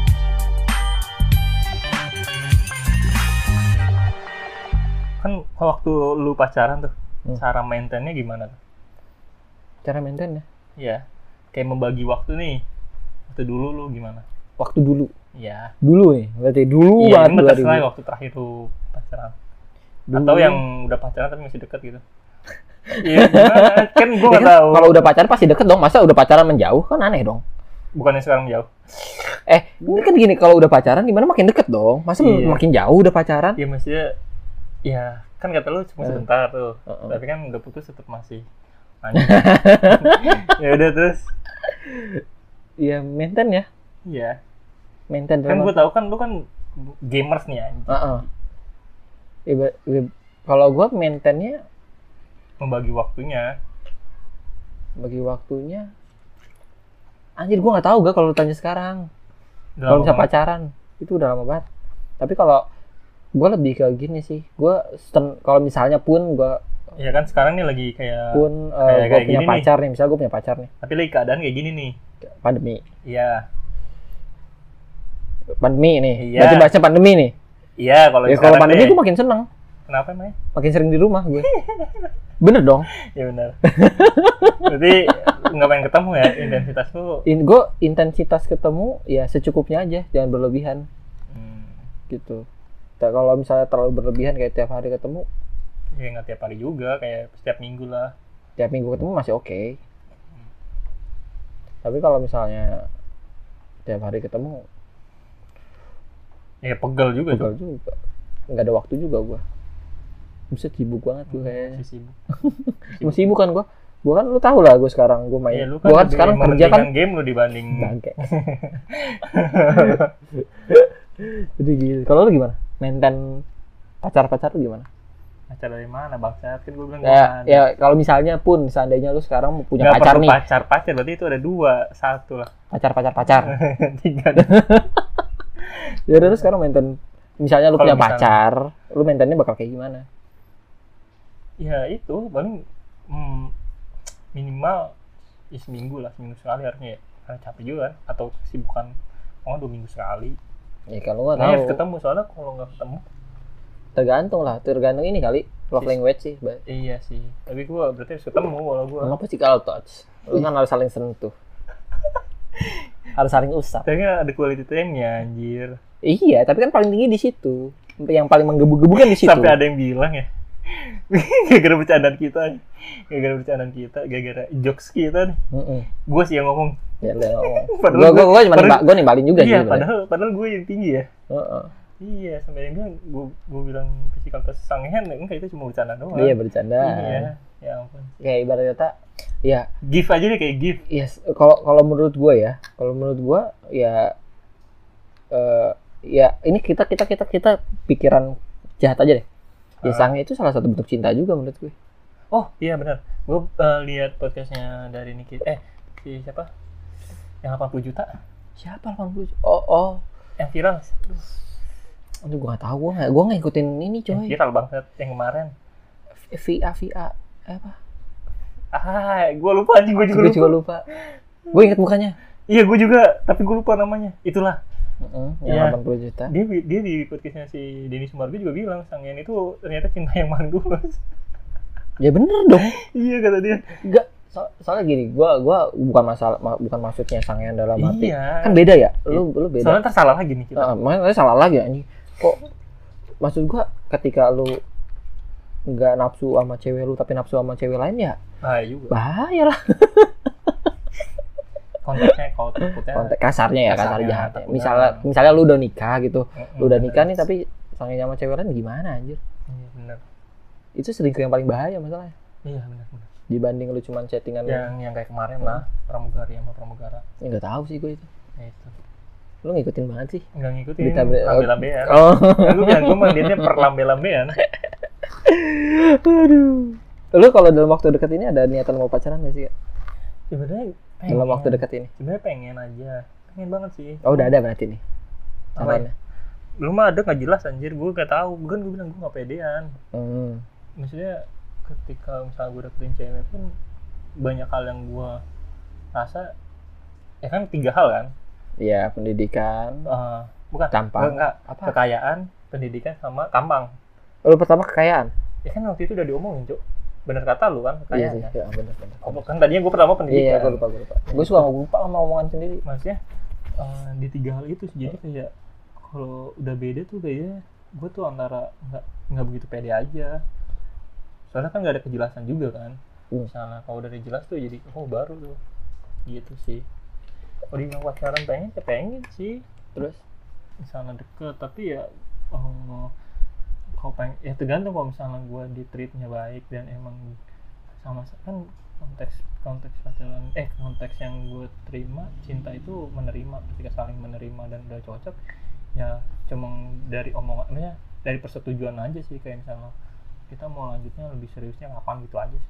Kan waktu lu pacaran tuh, Hmm. cara maintainnya gimana tuh? cara maintain ya. Iya. Kayak membagi waktu nih. Waktu dulu lu gimana? Waktu dulu. Iya. Dulu nih, berarti dulu Iya, banget ini dua ribu. terserah waktu terakhir lu pacaran. Dulu. Atau yang udah pacaran tapi masih deket gitu. Iya, gimana? Kan gue Ya nggak kan, tahu. kalau udah pacaran pasti deket dong. Masa udah pacaran menjauh kan aneh dong. Bukannya sekarang jauh. Eh, ini kan gini, kalau udah pacaran gimana makin deket dong. Masa Iya. makin jauh udah pacaran? Iya, maksudnya ya kan kata lu cuma Eh. sebentar tuh. Uh-uh. Tapi kan udah putus tetap masih lanjut. Ya udah terus. Iya, maintain ya. Iya. Maintain Kan dalam gue tahu kan lu kan gamers nih anjing. Heeh. Iba- iba- kalau gua maintainnya Membagi waktunya. bagi waktunya anjir gua nggak tahu gak kalau lu tanya sekarang. Udah Kalau lama misalnya banget. pacaran itu udah lama banget. Tapi kalau gua lebih ke gini sih. Gua sten- kalau misalnya pun gua Iya kan sekarang nih lagi kayak pun uh, kayak- gua kayak punya gini nih. pacar nih. Misalnya gua punya pacar nih. tapi lagi keadaan kayak gini nih. Pandemi. Iya. Pandemi nih. Iya. Berarti bahasnya pandemi nih. Iya, kalau Ya kalau sekarang pandemi deh. gua makin seneng. Kenapa emang? Makin sering di rumah gue. Bener dong. Ya benar. Berarti nggak pengen ketemu ya, intensitas lu. In, gue intensitas ketemu ya secukupnya aja, jangan berlebihan Hmm, gitu. Ta- Kalau misalnya terlalu berlebihan kayak tiap hari ketemu, ya nggak tiap hari juga, kayak setiap minggu lah. tiap minggu ketemu masih oke. Tapi kalau misalnya tiap hari ketemu, Ya pegel juga pegel Cuk. juga. Nggak ada waktu juga gue. Bisa sibuk banget gue kayaknya. Masih sibuk. Masih sibuk kan gue. Gue kan lu tahu lah gue sekarang gue main. Iya, lu gue kan lebih sekarang kerja kan. mementingkan game lu dibanding Bangke. Jadi gitu. Kalau lu gimana? Maintain pacar-pacar lu gimana? pacar dari mana bangsat, kan gue bilang Ya, ya kalau misalnya pun seandainya lu sekarang punya nggak pacar perlu nih, pacar pacar berarti itu ada dua, satu lah. pacar-pacar pacar. Tiga. Ya udah lu sekarang maintain misalnya lu Kalau punya misalnya- pacar, lu maintainnya bakal kayak gimana? Ya itu paling hmm, minimal ya seminggu lah, seminggu sekali harusnya ya, karena capek juga kan, atau kesibukan oh dua minggu sekali. Ya kalau nggak Nah, harus tahu, ketemu soalnya kalau nggak ketemu. tergantung lah, tergantung ini kali love Sis- language sih. Ba- Iya sih, tapi gue berarti harus ketemu kalau gue. Emang physical touch, lu kan harus saling sentuh, harus saling usap. Tapi kan ada quality time-nya anjir. Iya, tapi kan paling tinggi di situ, yang paling menggebu-gebu kan di situ. Sampai ada yang bilang ya, gara-gara bercandaan kita, gara-gara bercandaan kita, gara-gara jokes kita nih, Mm-mm. gue sih yang ngomong. Ya udah ngomong. Padahal Gua gua gua- gua cuma padahal- nimba- gua nimbalin juga sih. Iya, sebenarnya. padahal padahal gue yang tinggi ya. Heeh. Iya, sampai yang bilang gue gue bilang physical touch sangehan, enggak itu cuma bercanda doang. Iya bercanda. Iya, ya ampun. Kayak ibarat kata, ya, Give aja deh kayak give. yes. Kalau kalau menurut gue ya, kalau menurut gue ya, eh, ya ini kita kita kita kita pikiran jahat aja deh. Ya Ah. sange itu salah satu bentuk cinta juga menurut gue. Oh iya benar. Gue uh, lihat podcastnya dari Niki. Eh si siapa? Yang delapan puluh juta. Siapa delapan puluh? Oh oh. Yang viral. Aduh gue nggak tahu, gue nggak gue nggak ikutin ini Yang coy. viral banget yang kemarin. V A V A eh, apa? Ah, gue lupa anjing, gue juga Gue lupa. juga lupa. Gue inget mukanya. Iya, gue juga, tapi gue lupa namanya. Itulah. Heeh, yang Iya. delapan puluh juta. Dia dia di podcastnya si Denny Sumargo juga bilang Sangian itu ternyata cinta yang paling tulus. Ya bener dong. Iya kata dia. Enggak, so- soalnya gini, gua gua bukan masalah ma- bukan maksudnya sangean dalam arti. Iya. Kan beda ya. Lu lu beda. Soalnya ntar salah lagi nih kita. Heeh, makanya tadi salah lagi anjing. Kok maksud gua ketika lu nggak nafsu sama cewek lu tapi nafsu sama cewek lain ya Nah, juga. bahaya lah. Konteksnya kalau takutnya. Konteks kasarnya ya, kasar Kasarnya, jahat. Ya. takutnya. Misalnya misalnya lu udah nikah gitu. Mm-mm, Lu udah bener. nikah nih tapi sange sama cewek lain gimana anjir? Iya benar. Itu selingkuh yang paling bahaya masalahnya. Iya benar benar. Dibanding lu cuman chattingan Yang yang kayak kemarin lah, pramugari sama pramugara. ya nggak tahu sih gue itu. Ya itu. Lu ngikutin banget sih. Enggak ngikutin Berita ber- lambe-lambean. Oh. Gue bilang gue mah liatnya per lambe-lambean. Aduh. Lu kalau dalam waktu dekat ini ada niatan mau pacaran nggak sih? Kak? Sebenarnya pengen. Dalam waktu dekat ini. Sebenarnya pengen aja. Pengen banget sih. Oh udah ada berarti nih. Apa Calonnya. lu mah ada nggak jelas anjir, gue nggak tahu, kan gue bilang gue nggak pedean. Hmm. Maksudnya ketika misalnya gue dapetin cewek pun banyak hal yang gue rasa ya kan tiga hal kan. Iya, pendidikan, Uh, bukan tampang, enggak, apa? kekayaan, pendidikan sama tampang. Lu pertama kekayaan. Ya kan waktu itu udah diomongin cuk, bener kata lu kan Iya kekayaan sih, kan? ya, bener, bener. Oh, kan tadinya gue pertama Iya, pendidikan. gue lupa, gue lupa. Gue suka lupa sama omongan sendiri. Maksudnya uh, di tiga hal itu sih, jadi kayak kalau udah beda tuh kayaknya gue tuh antara nggak nggak begitu pede aja, soalnya kan nggak ada kejelasan juga kan. Hmm. Misalnya kalau udah jelas tuh jadi oh baru tuh gitu sih. Kalau dibilang pacaran pengen ya pengen sih, Terus? misalnya deket, tapi ya oh, kalau pengen ya tergantung. Kalau misalnya gue di treatnya baik dan emang sama kan konteks konteks pacaran eh konteks yang gue terima cinta itu menerima, ketika saling menerima dan udah cocok ya cuma dari omongannya, dari persetujuan aja sih, kayak misalnya kita mau lanjutnya lebih seriusnya kapan gitu aja sih.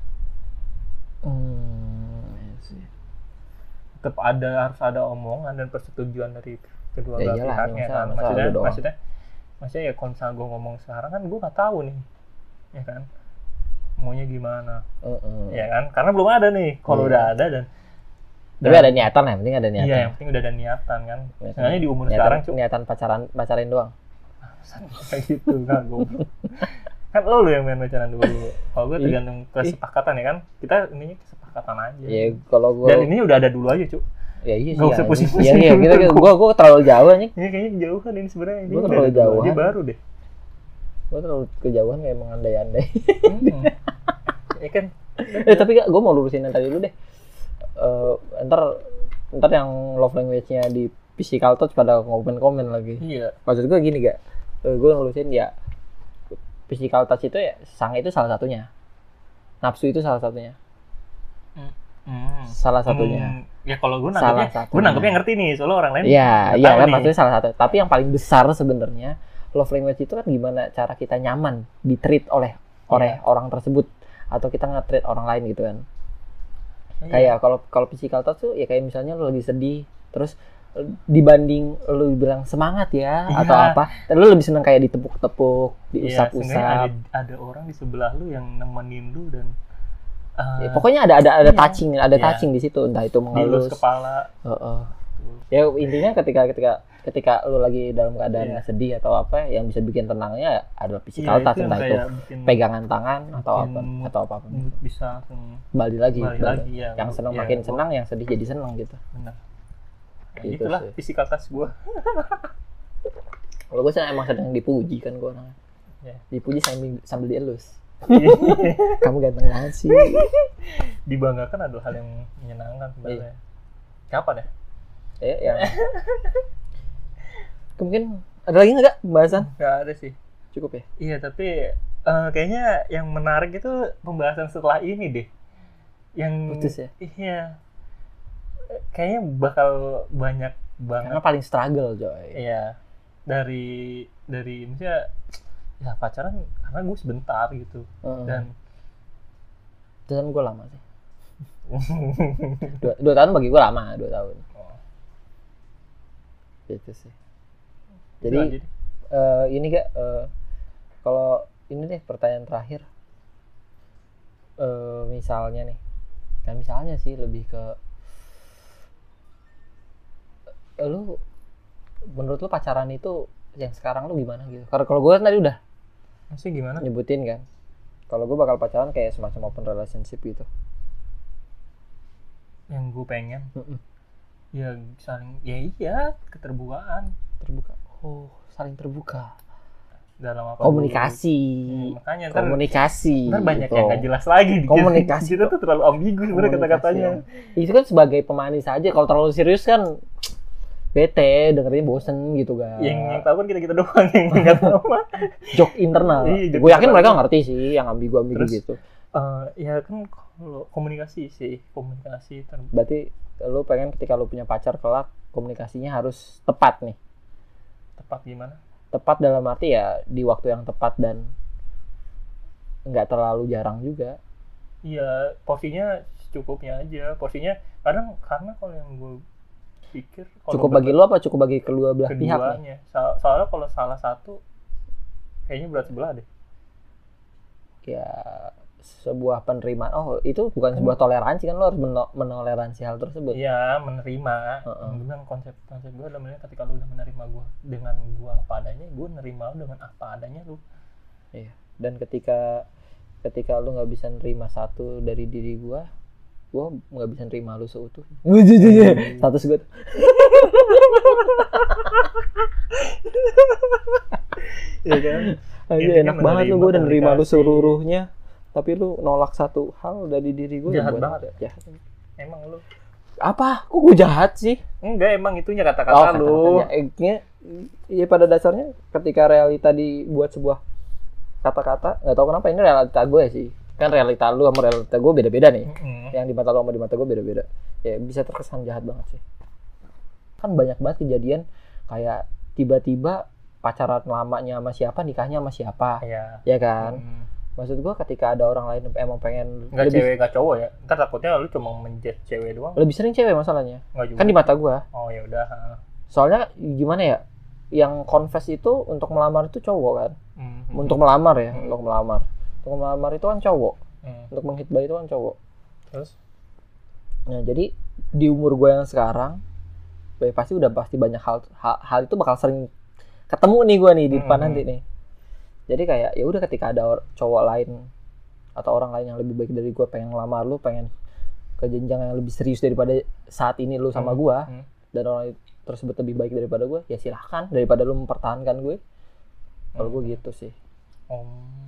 Hmm, iya sih. Tetap ada, harus ada omongan dan persetujuan dari kedua Ya belah iyalah, pihaknya masa- kan. masa Maksudnya, lu doang. maksudnya, maksudnya ya kalau misalnya gue ngomong sekarang kan gue nggak tahu nih, ya kan, maunya gimana, Heeh. ya kan, karena belum ada nih. Kalau Iya. udah ada dan, Tapi dan- ada niatan, yang penting ada niatan. iya yang penting udah ada niatan kan. Niatan. Sebenarnya di umur niatan, sekarang cuk, niatan pacaran, pacarin doang. kayak gitu kan goblok. Kan lo yang main pacaran dulu. Kalau gue Ih. tergantung kesepakatan ya kan. Kita ininya kesepakatan aja. Ya kalau gue, Dan ini udah ada dulu aja cuk. ya iya sih. nggak usah anjing. pusing-pusing. Iya iya, kita gue gue terlalu jauh nih. Ini kayaknya kejauhan ini sebenarnya. Ini Gua udah terlalu ada dulu jauhan. aja baru deh. Gue terlalu kejauhan kayak mengandai-andai. Hmm. Ya kan. eh tapi gue mau lurusin yang tadi dulu deh. Eh ntar ntar yang love language-nya di physical touch pada komen-komen lagi. Iya. Maksud gue gini gak, uh, gue ngelurusin ya physical touch itu ya sang itu salah satunya, nafsu itu salah satunya, Hmm. salah satunya. Hmm. Ya kalau gue Salah nangkepnya, satunya. gue nangkepnya ngerti nih, soalnya orang lain. Iya nggak iya tahu kan nih. maksudnya salah satu. Tapi yang paling besar sebenarnya love language itu kan gimana cara kita nyaman di treat oleh oleh Iya. orang tersebut atau kita nge-treat orang lain gitu kan. Iya. Kayak kalau kalau physical touch tuh ya kayak misalnya lu lagi sedih terus eh, dibanding lu bilang semangat ya Iya. atau apa, lu lebih seneng kayak ditepuk-tepuk, Iya, seenggaknya diusap-usap. ada, ada orang di sebelah lu yang nemenin lu dan uh, Ya, pokoknya ada ada ada iya. touching, ada Iya. touching di situ, entah itu dilus mengelus. kepala. Heeh. Ya intinya ketika ketika ketika lu lagi dalam keadaan Iya. sedih atau apa yang bisa bikin tenangnya adalah Iya, physical touch, yang entah itu kayak bikin pegangan tangan atau bikin apa mood- atau apapun. mood bisa langsung Balik lagi, balik balik. lagi ya. Yang senang Iya, makin gua- senang, yang sedih jadi senang gitu. Benar. Nah, Gitu itulah sih. physical touch gue. Kalau gue sih emang sedang dipuji kan gue orangnya. Iya. Dipuji sambil sambil dielus. Kamu ganteng banget sih. Dibanggakan adalah hal yang menyenangkan Iya. sebenarnya. Kapan ya? Ya, yang mungkin ada lagi nggak pembahasan? Gak ada sih. Cukup ya. Iya, tapi eh, kayaknya yang menarik itu pembahasan setelah ini deh. Yang Putus ya? Iya. Kayaknya bakal banyak banget. Karena paling struggle coy. Iya. Dari dari misalnya ya pacaran karena gue sebentar gitu. Heeh. Dan Dan gue lama sih. Dua, dua tahun bagi gue lama, dua tahun. Oh, Gitu sih. itu Jadi aja deh. eh, ini gak eh, kalau ini deh pertanyaan terakhir. Eh, misalnya nih, kan misalnya sih lebih ke eh, lu menurut lu pacaran itu yang sekarang lu gimana gitu? Karena kalau gue kan tadi udah Maksudnya gimana? nyebutin kan, kalau gue bakal pacaran kayak semacam open relationship gitu. Yang gue pengen Mm-mm. ya saling ya iya keterbukaan Terbuka. Oh, saling terbuka. dalam apa Komunikasi. dulu. Hmm, makanya ntar, Komunikasi. ntar banyak gitu. yang nggak jelas lagi di Komunikasi. kita tuh terlalu ambigu sebenarnya Komunikasi, kata-katanya. Itu kan sebagai pemanis aja. Kalau terlalu serius kan bete, dengerin bosen gitu kan. Yang yang tahu kan kita kita doang yang nggak tahu mah. Joke internal. Iya, joke Gue yakin internal. mereka ngerti sih yang ambigu-ambigu Terus, gitu. Eh, ya kan kalau komunikasi sih komunikasi ter- Berarti lu pengen ketika lu punya pacar kelak komunikasinya harus tepat nih. tepat gimana? Tepat dalam arti ya di waktu yang tepat dan nggak terlalu jarang juga. Iya, porsinya secukupnya aja. Porsinya kadang karena kalau yang gue pikir kalau Cukup bagi lu apa cukup bagi kedua belah pihak nih? keduanya. So- soalnya kalau salah satu kayaknya berat sebelah deh. Ya sebuah penerimaan. Oh, itu bukan sebuah toleransi kan, lo harus meno- menoleransi hal tersebut. Iya, menerima. Heeh. Gue bilang konsep konsep gue adalah ketika lu udah menerima gue dengan gue apa adanya, gue nerima lu dengan apa adanya lu. Iya. Dan ketika ketika lu nggak bisa nerima satu dari diri gua, gua nggak bisa nerima lu seutuhnya. Status gua tuh. Iya kan? Aja Intinya enak banget lu, gua udah nerima lu komunikasi. seluruhnya, tapi lu nolak satu hal dari diri gua. Jahat buat banget apa? Jahat. Emang lu Apa? Kok gua jahat sih? enggak, emang itunya kata-kata lu. kata-katanya. Eh, iya pada dasarnya ketika realita dibuat sebuah kata-kata, nggak tahu kenapa ini realita gue sih. Kan realita lu sama realita gue beda-beda nih. Mm-mm. Yang di mata lu sama di mata gue beda-beda. Ya bisa terkesan jahat banget sih. Kan banyak banget kejadian kayak tiba-tiba pacaran lamanya sama siapa, nikahnya sama siapa. Iya. Ya kan? Mm. Maksud gue ketika ada orang lain emang pengen Enggak lebih, cewek enggak cowok ya. Ntar takutnya lu cuma menjet cewek doang. lebih sering cewek masalahnya. Enggak juga. Kan di mata gue. Oh ya udah. ha. Soalnya gimana ya? Yang confess itu untuk melamar itu cowok kan? Mm. Untuk melamar ya, Hmm. untuk melamar. Untuk melamar itu kan cowok. Mm. Untuk menghitbah itu kan cowok. Terus Nah, jadi di umur gue yang sekarang, gue pasti udah pasti banyak hal, hal hal itu bakal sering ketemu nih gue nih di depan Hmm. nanti nih. Jadi kayak ya udah ketika ada or- cowok lain atau orang lain yang lebih baik dari gue pengen ngelamar lu, pengen ke jenjang yang lebih serius daripada saat ini lu sama Hmm. gue, Hmm. dan orang tersebut lebih baik daripada gue, ya silahkan daripada lu mempertahankan gue. Kalau Hmm. gue gitu sih. Om.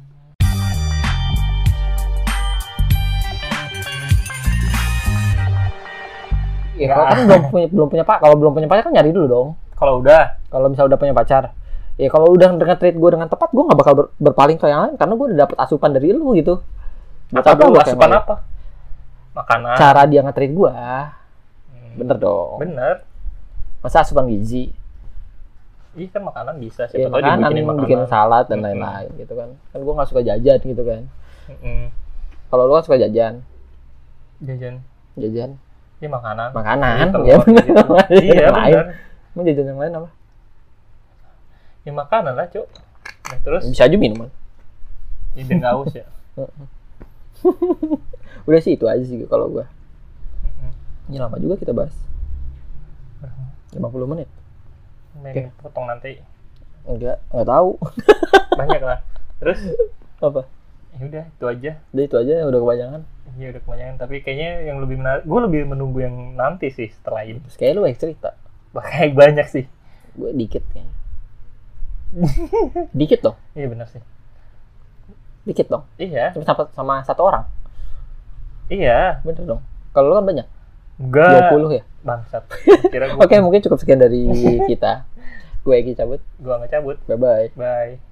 Ya, kalau kan belum punya belum punya pak, kalau belum punya pacar kan nyari dulu dong. Kalau udah, Kalau misalnya udah punya pacar, ya kalau udah dengan treat gue dengan tepat, gue nggak bakal ber- berpaling ke yang lain karena gue udah dapet asupan dari lu gitu. Buat apa dulu buat yang asupan lain? apa? Makanan. Cara dia nge-treat gue, Hmm. bener dong. Bener. Masa asupan gizi, Iya kan makanan bisa. ya Siapa tahu makanan, dibikinin makanan. bikin salad dan Mm-mm. lain-lain gitu kan. Kan gue nggak suka jajan gitu kan. Mm-mm. Kalau lu kan suka jajan, Jajan. jajan Iya makanan. makanan, Telur, ya bener. gitu. Iya Yang lain. bener. Emang jajan yang lain apa? Ya makanan lah cuk. Nah, terus Bisa aja minuman. ya biar nggak haus ya. Udah sih itu aja sih kalau gue. Mm-mm. Ini lama juga kita bahas. lima puluh menit. Main Oke. potong nanti. Enggak, enggak tahu. Banyak lah. Terus Apa? ya udah itu aja. Udah itu aja udah kebanyakan. Iya udah kebanyakan. Tapi kayaknya yang lebih menarik, gue lebih menunggu yang nanti sih setelah ini. Terus kayak lu banyak cerita. Banyak banyak sih. Gue dikit kayaknya. Dikit dong. Iya benar sih. Dikit dong. Iya. Cuma sama, sama satu orang. Iya. Bener dong. Kalau lu kan banyak. Enggak. dua puluh ya. Bangsat. Kira gue. Oke, mungkin cukup sekian dari kita. Gue Eki cabut. Gua nggak cabut. Bye bye. Bye.